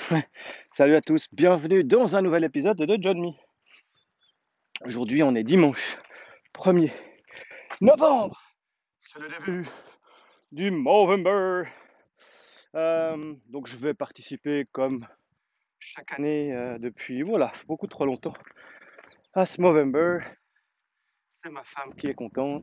Salut à tous, bienvenue dans un nouvel épisode de John Me. Aujourd'hui, on est dimanche 1er novembre. C'est le début du Movember. Donc, je vais participer comme chaque année depuis beaucoup trop longtemps à ce Movember. C'est ma femme qui est contente.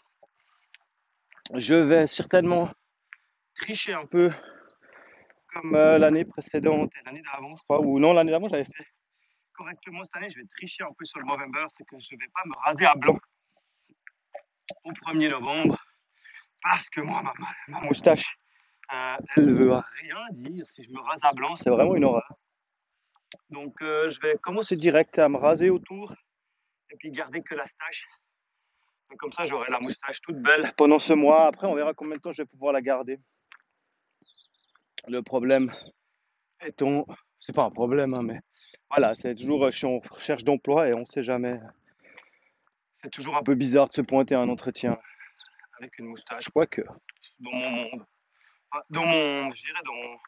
Je vais certainement tricher un peu comme l'année précédente et l'année d'avant, je crois. Ou non, l'année d'avant, j'avais fait correctement. Cette année, je vais tricher un peu sur le Movember. C'est que je ne vais pas me raser à blanc au 1er novembre. Parce que moi, ma moustache, elle veut rien dire. Si je me rase à blanc, c'est vraiment une horreur. Donc, je vais commencer direct à me raser autour et puis garder que la stache. Et comme ça, j'aurai la moustache toute belle pendant ce mois. Après, on verra combien de temps je vais pouvoir la garder. Le problème étant, c'est pas un problème, hein, mais voilà, c'est toujours, je suis en recherche d'emploi et on sait jamais. C'est toujours un peu bizarre de se pointer à un entretien avec une moustache, quoique dans mon monde, je dirais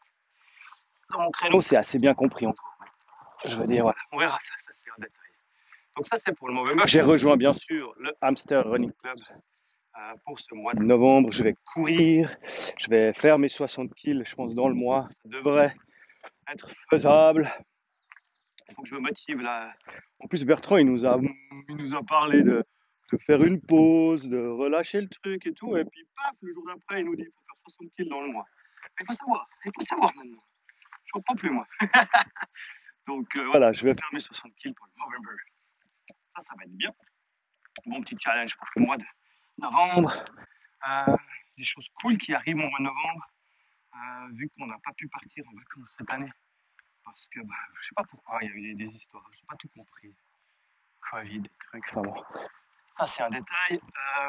dans mon créneau, c'est assez bien compris encore. Je veux dire, voilà, on verra ça, c'est un détail. Donc ça, c'est pour le Movember. J'ai rejoint bien sûr le Hamster Running Club pour ce mois de novembre. Je vais courir, je vais faire mes 60 kills, je pense, dans le mois. Ça devrait être faisable. Il faut que je me motive là. En plus, Bertrand, il nous a parlé de faire une pause, de relâcher le truc et tout. Et puis, paf, le jour d'après, il nous dit qu'il faut faire 60 kills dans le mois. Mais il faut savoir maintenant. Je comprends plus, moi. Donc voilà, je vais faire mes 60 kills pour le Movember. Ça va être bien. Bon petit challenge pour le mois de novembre. Des choses cool qui arrivent au mois de novembre, vu qu'on n'a pas pu partir en vacances cette année. Parce que je sais pas pourquoi, il y a eu des histoires, j'ai pas tout compris. Covid, des trucs, enfin bon. Ça c'est un détail.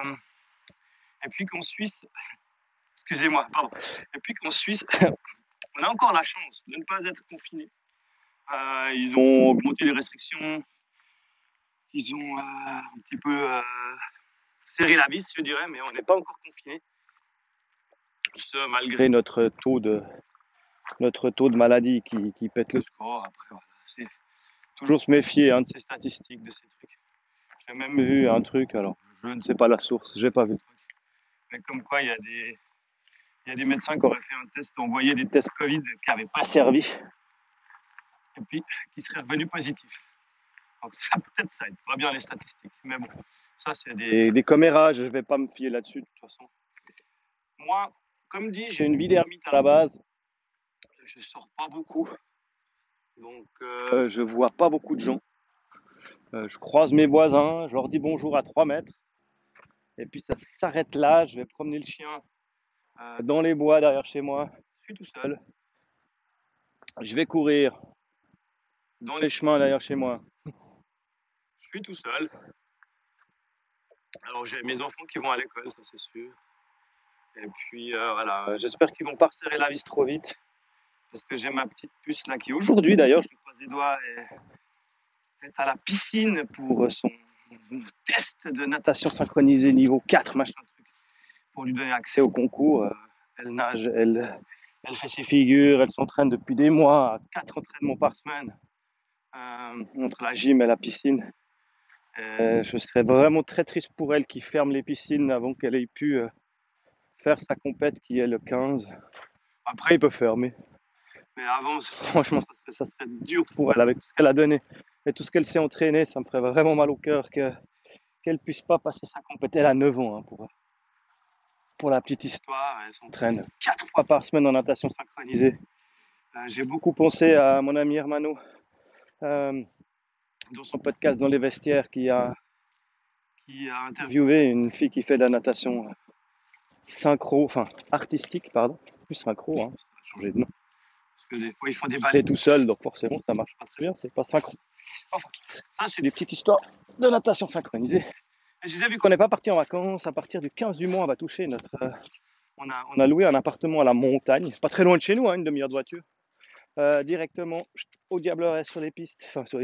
Et puis qu'en Suisse, excusez-moi, pardon. Et puis qu'en Suisse, on a encore la chance de ne pas être confiné. Ils ont augmenté les restrictions. Ils ont un petit peu serré la vis, je dirais, mais on n'est pas encore confiné. Ce, malgré notre taux de maladie qui pète le score. Après, voilà, c'est toujours se méfier de ces statistiques, de ces trucs. J'ai même vu un truc, alors je ne sais pas la source, j'ai pas vu le truc. Mais comme quoi, il y a des médecins qui auraient fait un test, envoyé des tests Covid qui n'avaient pas servi, et puis qui seraient revenus positifs. Donc ça, peut-être ça aide pas bien les statistiques. Mais bon, ça c'est des commérages, je vais pas me fier là-dessus de toute façon. Moi, comme dit, j'ai une vie d'ermite à la base. Je sors pas beaucoup. Donc je vois pas beaucoup de gens. Je croise mes voisins, je leur dis bonjour à 3 mètres. Et puis ça s'arrête là, je vais promener le chien dans les bois derrière chez moi. Je suis tout seul. Je vais courir dans les chemins derrière chez moi. Je suis tout seul. Alors j'ai mes enfants qui vont à l'école, ça c'est sûr. Et puis voilà, j'espère qu'ils vont pas resserrer la vis trop vite. Parce que j'ai ma petite puce là qui aujourd'hui d'ailleurs, je me croise les doigts, est à la piscine pour son test de natation synchronisée niveau 4, machin truc, pour lui donner accès au concours. Elle nage, elle fait ses figures, elle s'entraîne depuis des mois, à 4 entraînements par semaine, entre la gym et la piscine. Je serais vraiment très triste pour elle qui ferme les piscines avant qu'elle ait pu faire sa compète qui est le 15. Après, il peut fermer. Mais avant, franchement, ça serait dur pour elle avec tout ce qu'elle a donné et tout ce qu'elle s'est entraînée. Ça me ferait vraiment mal au cœur qu'elle puisse pas passer sa compète. Elle a 9 ans, hein, pour la petite histoire. Elle s'entraîne 4 fois par semaine en natation synchronisée. J'ai beaucoup pensé à mon ami Hermano, dans son podcast Dans les vestiaires, qui a interviewé une fille qui fait de la natation artistique, pardon, plus synchro, hein, ça a changé de nom. Parce que des fois, il faut déballer tout seul, donc forcément, ça marche pas très bien, c'est pas synchro. Enfin, ça, c'est des petites histoires de natation synchronisée. Et je vous ai vu qu'on n'est pas parti en vacances. À partir du 15 du mois, on va toucher notre. On a loué un appartement à la montagne, pas très loin de chez nous, hein, une demi-heure de voiture, directement au Diableret sur les pistes,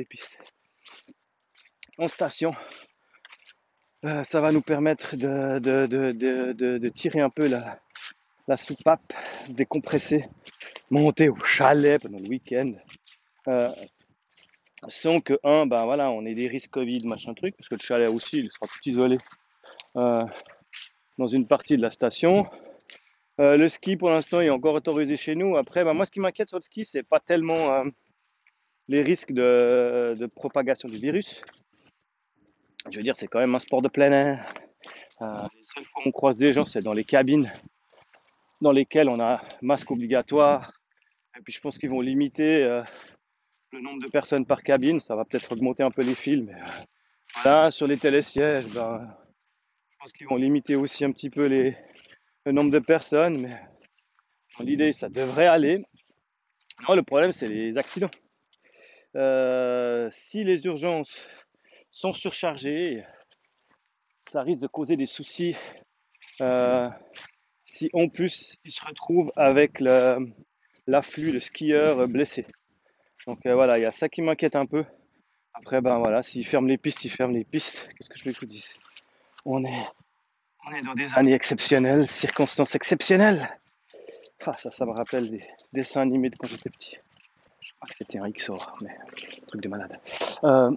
en station. Ça va nous permettre de tirer un peu la soupape, décompresser monter au chalet pendant le week-end, euh, sans que, ben voilà, on ait des risques Covid, machin truc, parce que le chalet aussi, il sera tout isolé euh, dans une partie de la station. Le ski, pour l'instant, est encore autorisé chez nous. Après, ben, moi, ce qui m'inquiète sur le ski, c'est pas tellement les risques de propagation du virus. Je veux dire, c'est quand même un sport de plein air. Les seules fois où on croise des gens, c'est dans les cabines dans lesquelles on a masque obligatoire. Et puis, je pense qu'ils vont limiter le nombre de personnes par cabine. Ça va peut-être augmenter un peu les fils. Mais là, sur les télésièges, ben, je pense qu'ils vont limiter aussi un petit peu le nombre de personnes. Mais dans l'idée, ça devrait aller. Non, le problème, c'est les accidents. Si les urgences sont surchargées, ça risque de causer des soucis euh, si en plus ils se retrouvent avec l'afflux de skieurs blessés. Donc voilà, il y a ça qui m'inquiète un peu. Après, ben voilà, s'ils ferment les pistes, ils ferment les pistes. Qu'est-ce que je veux que je vous dise? On est, on est dans des années exceptionnelles, circonstances exceptionnelles. Ah, ça me rappelle des dessins animés de quand j'étais petit. Je crois que c'était un XOR, mais truc de malade. Euh,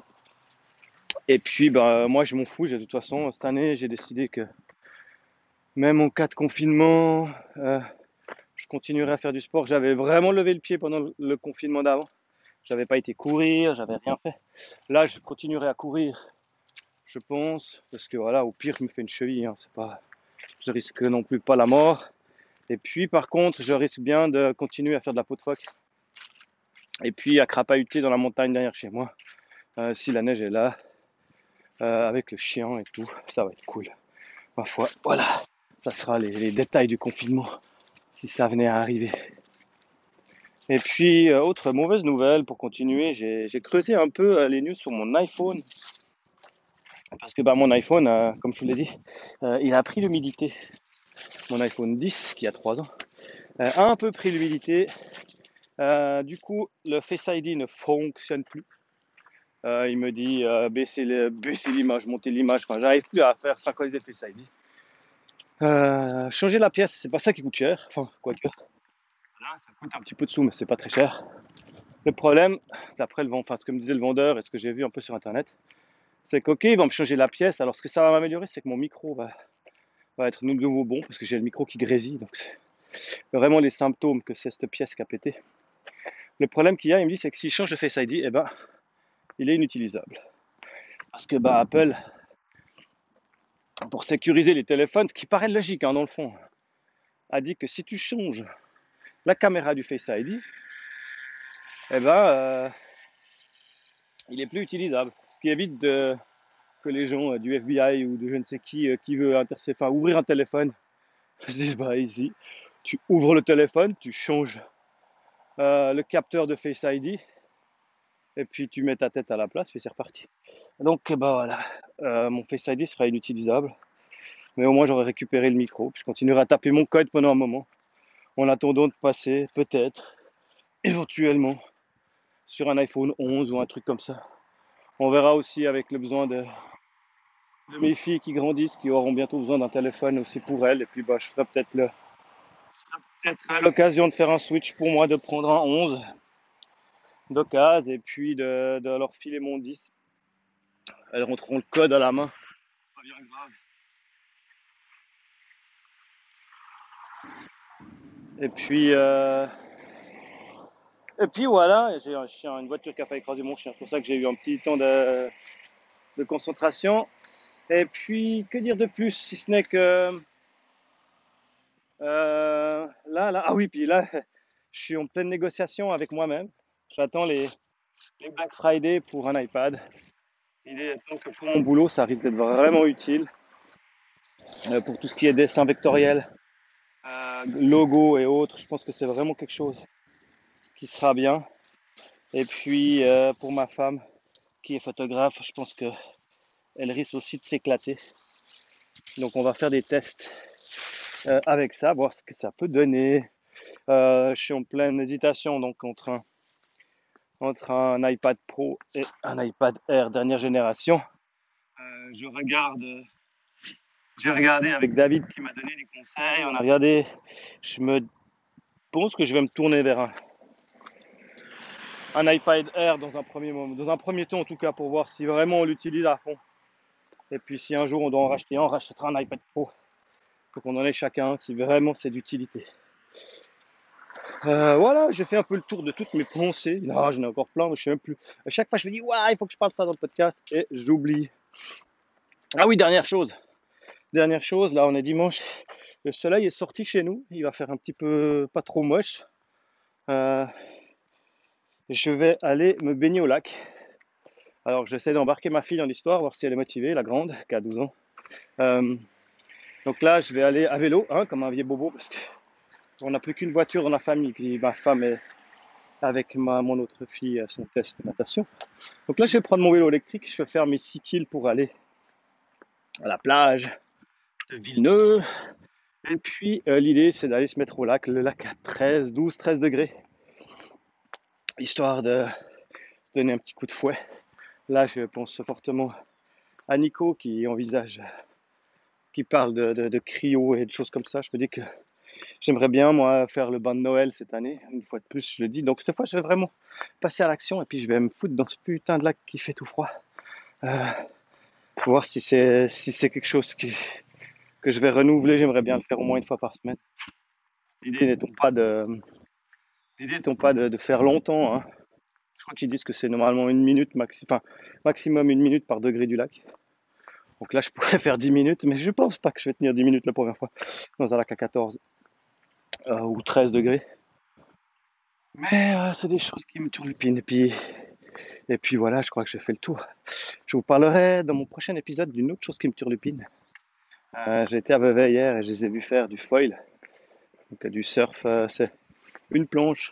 et puis, ben, moi, je m'en fous. De toute façon, cette année, j'ai décidé que même en cas de confinement, je continuerai à faire du sport. J'avais vraiment levé le pied pendant le confinement d'avant. J'avais pas été courir, j'avais rien fait. Là, je continuerai à courir, je pense, parce que voilà, au pire, je me fais une cheville. Hein, c'est pas, je risque non plus pas la mort. Et puis, par contre, je risque bien de continuer à faire de la peau de phoque. Et puis, à crapahuter dans la montagne derrière chez moi, si la neige est là, avec le chien et tout, ça va être cool. Ma foi, voilà, ça sera les détails du confinement, si ça venait à arriver. Et puis, autre mauvaise nouvelle pour continuer, j'ai creusé un peu les news sur mon iPhone. Parce que bah, mon iPhone, comme je vous l'ai dit, il a pris l'humidité. Mon iPhone 10, qui a 3 ans, a un peu pris l'humidité. Du coup, le Face ID ne fonctionne plus. Il me dit baisser l'image, monter l'image. Enfin, j'arrive plus à faire synchroniser le Face ID. Changer la pièce, c'est pas ça qui coûte cher. Enfin, quoique. Là, ça coûte un petit peu de sous, mais c'est pas très cher. Le problème, d'après ce que me disait le vendeur et ce que j'ai vu un peu sur internet, c'est qu'ok, ils vont me changer la pièce. Alors, ce que ça va m'améliorer, c'est que mon micro va être de nouveau bon parce que j'ai le micro qui grésille. Donc, c'est vraiment les symptômes que c'est cette pièce qui a pété. Le problème qu'il y a, il me dit, c'est que s'il change de Face ID, eh ben, il est inutilisable. Parce que bah, Apple, pour sécuriser les téléphones, ce qui paraît logique dans le fond, a dit que si tu changes la caméra du Face ID, eh ben, il est plus utilisable. Ce qui évite que les gens du FBI ou de je ne sais qui veut ouvrir un téléphone, se disent bah ici, tu ouvres le téléphone, tu changes le capteur de Face ID et puis tu mets ta tête à la place et c'est reparti. Donc bah voilà, mon Face ID sera inutilisable, mais au moins j'aurai récupéré le micro, puis je continuerai à taper mon code pendant un moment, en attendant de passer peut-être, éventuellement, sur un iPhone 11 ou un truc comme ça. On verra aussi avec le besoin de mes filles qui grandissent, qui auront bientôt besoin d'un téléphone aussi pour elles, et puis bah je ferai peut-être l'occasion de faire un switch pour moi, de prendre un 11 d'occasion et puis de leur filer mon 10. Elles rentreront le code à la main. Pas bien grave. Et puis, voilà, j'ai un chien, une voiture qui a failli écraser mon chien. C'est pour ça que j'ai eu un petit temps de concentration. Et puis, que dire de plus, si ce n'est que ah oui, puis là, je suis en pleine négociation avec moi-même. J'attends les Black Friday pour un iPad. Il est temps que pour mon boulot, ça risque d'être vraiment utile pour tout ce qui est dessin vectoriel, logo et autres. Je pense que c'est vraiment quelque chose qui sera bien. Et puis pour ma femme qui est photographe, je pense qu'elle risque aussi de s'éclater. Donc on va faire des tests avec ça, voir ce que ça peut donner. Je suis en pleine hésitation donc entre un iPad Pro et un iPad Air dernière génération. Je regarde J'ai regardé avec David qui m'a donné des conseils. On a regardé. Je me pense que je vais me tourner vers un iPad Air dans un premier moment, dans un premier temps en tout cas, pour voir si vraiment on l'utilise à fond. Et puis si un jour on doit en racheter un, on rachètera un iPad Pro. Faut qu'on en ait chacun si vraiment c'est d'utilité. Voilà, j'ai fait un peu le tour de toutes mes pensées. Non, j'en ai encore plein, mais je sais même plus. À chaque fois, je me dis, ouais, il faut que je parle de ça dans le podcast, et j'oublie. Ah oui, dernière chose. Dernière chose, là, on est dimanche. Le soleil est sorti chez nous. Il va faire un petit peu pas trop moche. Euh, je vais aller me baigner au lac. Alors, j'essaie d'embarquer ma fille dans l'histoire, voir si elle est motivée, la grande, qui a 12 ans. Euh, donc là, je vais aller à vélo, hein, comme un vieux bobo, parce qu'on n'a plus qu'une voiture dans la famille. Puis ma femme est avec mon autre fille à son test de natation. Donc là, je vais prendre mon vélo électrique. Je vais faire mes 6 kills pour aller à la plage de Villeneuve. Et puis, l'idée, c'est d'aller se mettre au lac. Le lac à 13 degrés. Histoire de se donner un petit coup de fouet. Là, je pense fortement à Nico qui envisage, qui parle de cryo et de choses comme ça. Je me dis que j'aimerais bien, moi, faire le bain de Noël cette année. Une fois de plus, je le dis. Donc, cette fois, je vais vraiment passer à l'action et puis je vais me foutre dans ce putain de lac qui fait tout froid. Voir si c'est quelque chose que je vais renouveler. J'aimerais bien le faire au moins une fois par semaine. L'idée n'étant pas de faire longtemps, hein. Je crois qu'ils disent que c'est normalement une minute, maximum une minute par degré du lac. Donc là, je pourrais faire 10 minutes, mais je pense pas que je vais tenir 10 minutes la première fois dans un lac à 14 ou 13 degrés. Mais c'est des choses qui me turlupinent. Et puis voilà, je crois que j'ai fait le tour. Je vous parlerai dans mon prochain épisode d'une autre chose qui me turlupine. J'ai été à Vevey hier et je les ai vus faire du foil. Donc du surf, c'est une planche.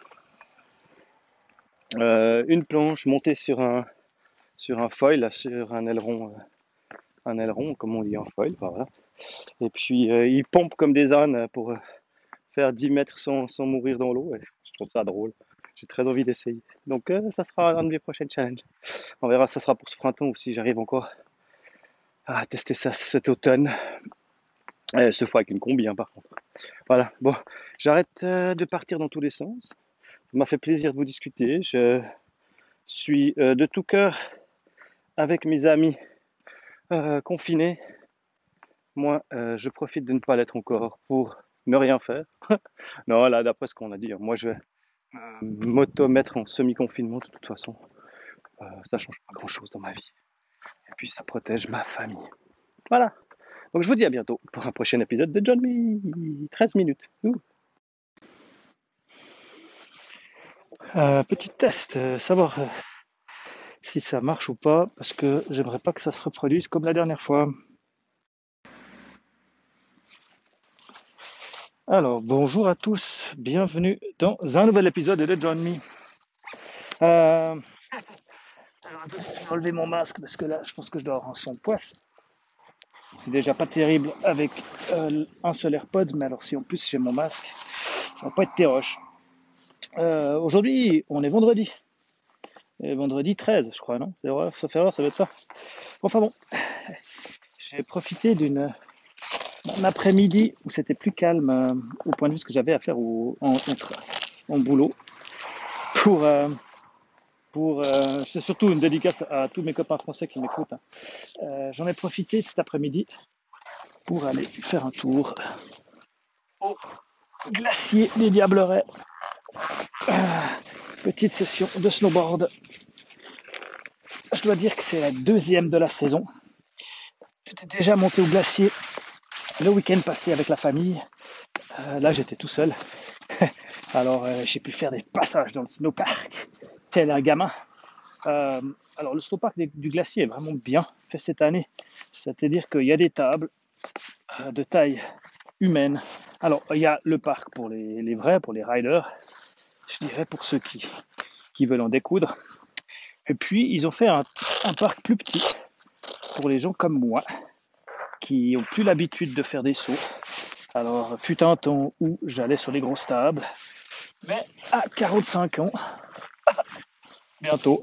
Une planche montée sur un foil, là, sur un aileron, comme on dit en foil, voilà. Et puis ils pompent comme des ânes pour faire 10 mètres sans mourir dans l'eau. Et je trouve ça drôle. J'ai très envie d'essayer. Donc ça sera un de mes prochains challenges. On verra si ça sera pour ce printemps ou si j'arrive encore à tester ça cet automne. Cette fois avec une combi, hein, par contre. Voilà, bon, j'arrête de partir dans tous les sens. Ça m'a fait plaisir de vous discuter. Je suis de tout cœur avec mes amis confinés. Moi, je profite de ne pas l'être encore pour ne rien faire. Non, là, d'après ce qu'on a dit, moi, je vais m'auto-mettre en semi-confinement de toute façon. Ça change pas grand-chose dans ma vie. Et puis, ça protège ma famille. Voilà. Donc, je vous dis à bientôt pour un prochain épisode de John Me. 13 minutes. Petit test, savoir si ça marche ou pas, parce que j'aimerais pas que ça se reproduise comme la dernière fois. Alors, bonjour à tous, bienvenue dans un nouvel épisode de John Me. Alors, je vais enlever mon masque parce que là, je pense que je dois avoir un son de poisse. C'est déjà pas terrible avec un seul AirPod, mais alors si en plus j'ai mon masque, ça va pas être terroche. Aujourd'hui, on est vendredi. Et vendredi 13, je crois, non? C'est vrai, ça fait erreur, ça doit être ça. Enfin bon, j'ai profité d'un après-midi où c'était plus calme au point de vue ce que j'avais à faire en boulot pour c'est surtout une dédicace à tous mes copains français qui m'écoutent. J'en ai profité cet après-midi pour aller faire un tour au glacier des Diablerets. Petite session de snowboard. Je dois dire que c'est la deuxième de la saison. J'étais déjà monté au glacier le week-end passé avec la famille. Là, j'étais tout seul. Alors, j'ai pu faire des passages dans le snowpark, tel un gamin. Alors, le snowpark du glacier est vraiment bien fait cette année. C'est-à-dire qu'il y a des tables de taille humaine. Alors, il y a le parc pour les vrais, pour les riders. Je dirais pour ceux qui veulent en découdre. Et puis, ils ont fait un parc plus petit pour les gens comme moi qui n'ont plus l'habitude de faire des sauts. Alors, fut un temps où j'allais sur les grosses tables, mais à 45 ans, bientôt,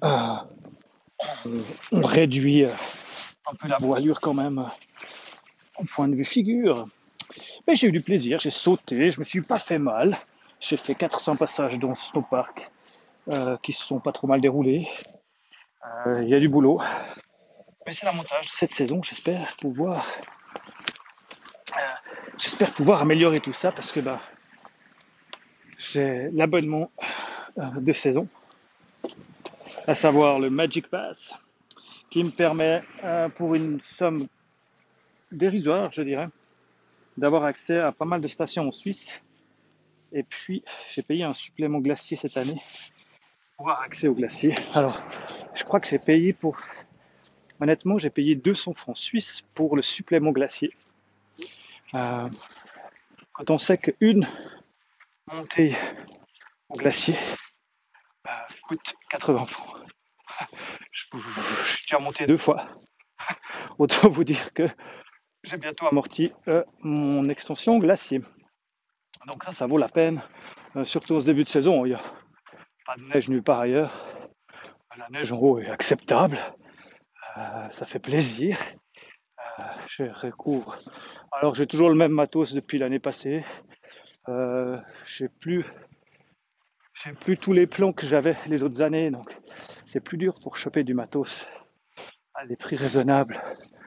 on réduit un peu la voilure quand même au point de vue figure. Mais j'ai eu du plaisir, j'ai sauté, je me suis pas fait mal. J'ai fait 400 passages dans ce snowpark qui se sont pas trop mal déroulés. Il y a du boulot. Mais c'est la montage cette saison, j'espère pouvoir améliorer tout ça parce que bah, j'ai l'abonnement de saison, à savoir le Magic Pass, qui me permet, pour une somme dérisoire, je dirais, d'avoir accès à pas mal de stations en Suisse. Et puis, j'ai payé un supplément glacier cette année pour avoir accès au glacier. Alors, je crois que honnêtement, j'ai payé 200 francs suisses pour le supplément glacier. Quand on sait qu'une montée au glacier coûte 80 francs. Je suis déjà monté 2 fois. Autant vous dire que j'ai bientôt amorti mon extension glacier. Donc ça vaut la peine. Surtout en ce début de saison, il n'y a pas de neige nulle part ailleurs. La neige en haut est acceptable. Ça fait plaisir. Je recouvre. Alors j'ai toujours le même matos depuis l'année passée. J'ai plus tous les plans que j'avais les autres années, donc c'est plus dur pour choper du matos à des prix raisonnables.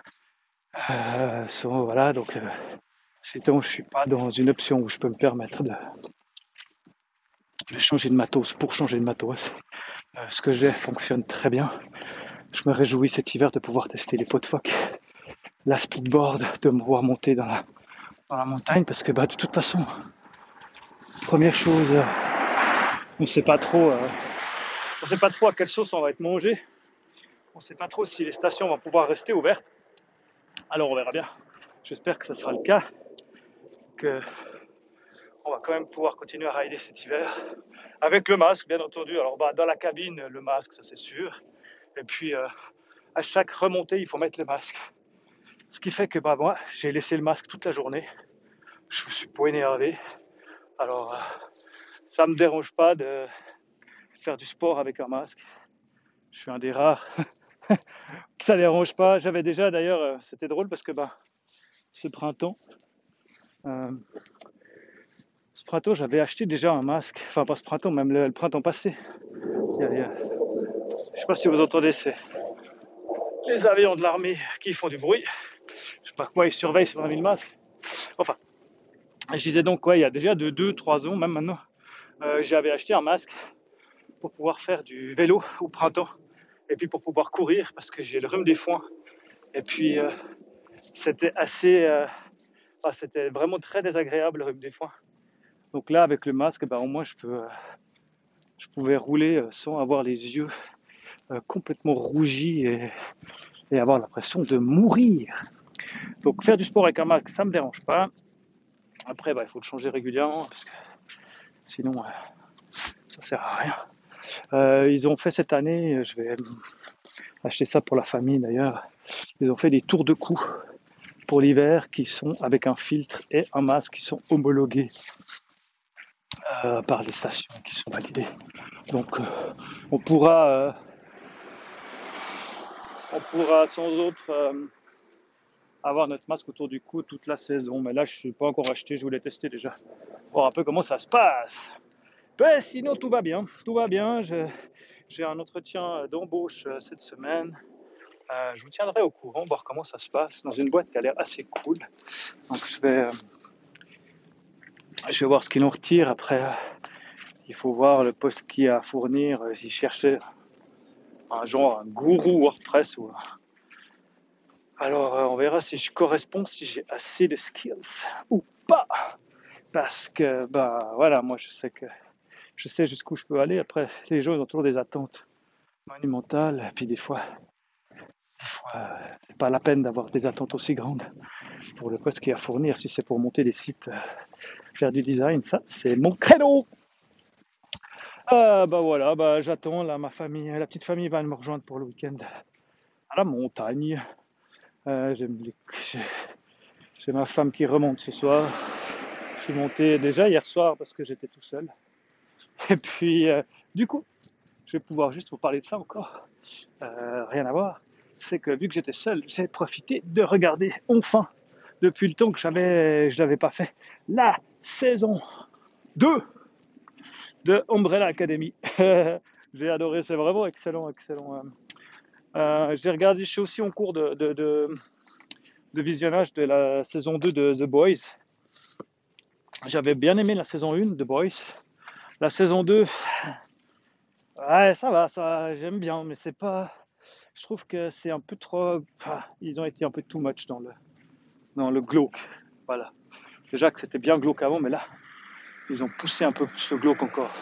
Voilà, donc ces temps, je suis pas dans une option où je peux me permettre de changer de matos pour changer de matos. Ce que j'ai fonctionne très bien. Je me réjouis cet hiver de pouvoir tester les pots de phoque, la speedboard, de me voir monter dans la montagne, parce que bah, de toute façon, première chose, on sait pas trop à quelle sauce on va être mangé. On sait pas trop si les stations vont pouvoir rester ouvertes. Alors on verra bien. J'espère que ça sera le cas, que on va quand même pouvoir continuer à rider cet hiver avec le masque, bien entendu. Alors bah, dans la cabine, le masque, ça c'est sûr. Et puis à chaque remontée, il faut mettre le masque. Ce qui fait que bah, moi, j'ai laissé le masque toute la journée. Je me suis pas énervé. Alors ça me dérange pas de faire du sport avec un masque. Je suis un des rares que ça dérange pas. J'avais déjà d'ailleurs, c'était drôle parce que bah, ce printemps, j'avais acheté déjà un masque. Enfin pas ce printemps, même le printemps passé. Je sais pas si vous entendez, c'est les avions de l'armée qui font du bruit. Je sais pas quoi ils surveillent si on a mis le masque. Enfin, je disais donc quoi, il y a déjà de 2-3 ans, même maintenant, j'avais acheté un masque pour pouvoir faire du vélo au printemps et puis pour pouvoir courir parce que j'ai le rhume des foins. Et puis c'était c'était vraiment très désagréable le rhume des foins. Donc là avec le masque, bah, au moins je pouvais rouler sans avoir les yeux complètement rougis et avoir l'impression de mourir. Donc faire du sport avec un masque, ça me dérange pas. Après, bah, il faut le changer régulièrement parce que sinon ça sert à rien. Ils ont fait cette année, je vais acheter ça pour la famille d'ailleurs, ils ont fait des tours de cou pour l'hiver qui sont avec un filtre et un masque qui sont homologués par les stations qui sont validées. Donc on pourra sans autre avoir notre masque autour du cou toute la saison. Mais là, je ne suis pas encore acheté, je voulais tester déjà, voir un peu comment ça se passe. Ben, sinon, tout va bien. Tout va bien. J'ai un entretien d'embauche cette semaine. Je vous tiendrai au courant, voir comment ça se passe dans une boîte qui a l'air assez cool. Donc, je vais voir ce qu'ils nous retirent. Après, il faut voir le poste qu'il y a à fournir. S'ils cherchaient un gourou WordPress ou alors on verra si je corresponds, si j'ai assez de skills ou pas. Parce que bah voilà, moi je sais jusqu'où je peux aller. Après, les gens ils ont toujours des attentes monumentales. Et puis des fois c'est pas la peine d'avoir des attentes aussi grandes pour le poste qu'il y a à fournir. Si c'est pour monter des sites, faire du design, ça c'est mon credo. Bah voilà, bah j'attends là ma famille, la petite famille va me rejoindre pour le week-end à la montagne. J'ai ma femme qui remonte ce soir. Je suis monté déjà hier soir parce que j'étais tout seul. Et puis, du coup, je vais pouvoir juste vous parler de ça encore. Rien à voir. C'est que vu que j'étais seul, j'ai profité de regarder enfin, depuis le temps que je l'avais pas fait, la saison 2 de Umbrella Academy. J'ai adoré, c'est vraiment excellent, excellent. J'ai regardé, je suis aussi en cours de visionnage de la saison 2 de The Boys. J'avais bien aimé la saison 1 de The Boys. La saison 2, ouais, ça, j'aime bien, mais c'est pas. Je trouve que c'est un peu trop. Enfin, ils ont été un peu too much dans le glauque. Voilà. Déjà que c'était bien glauque avant, mais là, ils ont poussé un peu plus le glauque encore.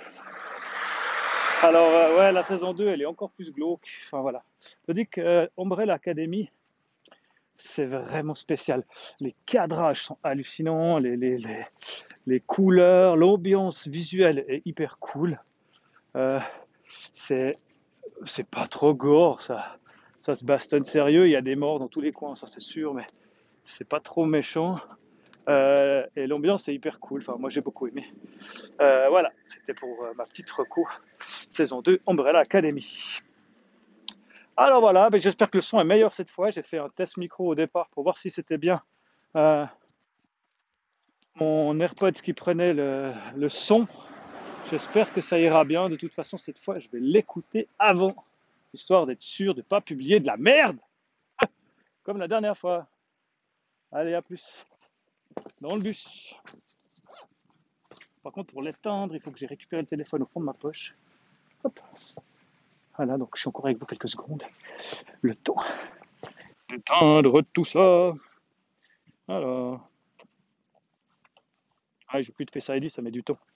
Alors, ouais, la saison 2, elle est encore plus glauque. Enfin, voilà. Je dis que Umbrella Academy, c'est vraiment spécial. Les cadrages sont hallucinants, les couleurs, l'ambiance visuelle est hyper cool. Euh, c'est, c'est pas trop gore, ça se bastonne sérieux. Il y a des morts dans tous les coins, ça c'est sûr, mais c'est pas trop méchant. Et l'ambiance est hyper cool. Enfin, moi j'ai beaucoup aimé. Voilà, c'était pour ma petite reco. Saison 2, Umbrella Academy. Alors voilà, ben j'espère que le son est meilleur cette fois. J'ai fait un test micro au départ pour voir si c'était bien euh, mon AirPods qui prenait le son. J'espère que ça ira bien. De toute façon, cette fois, je vais l'écouter avant, histoire d'être sûr de ne pas publier de la merde, comme la dernière fois. Allez, à plus. Dans le bus. Par contre, pour l'éteindre, il faut que j'ai récupéré le téléphone au fond de ma poche. Hop. Voilà, donc je suis encore avec vous quelques secondes. Le temps d'éteindre tout ça. Alors. Ah, j'ai plus de Face ID, ça met du temps.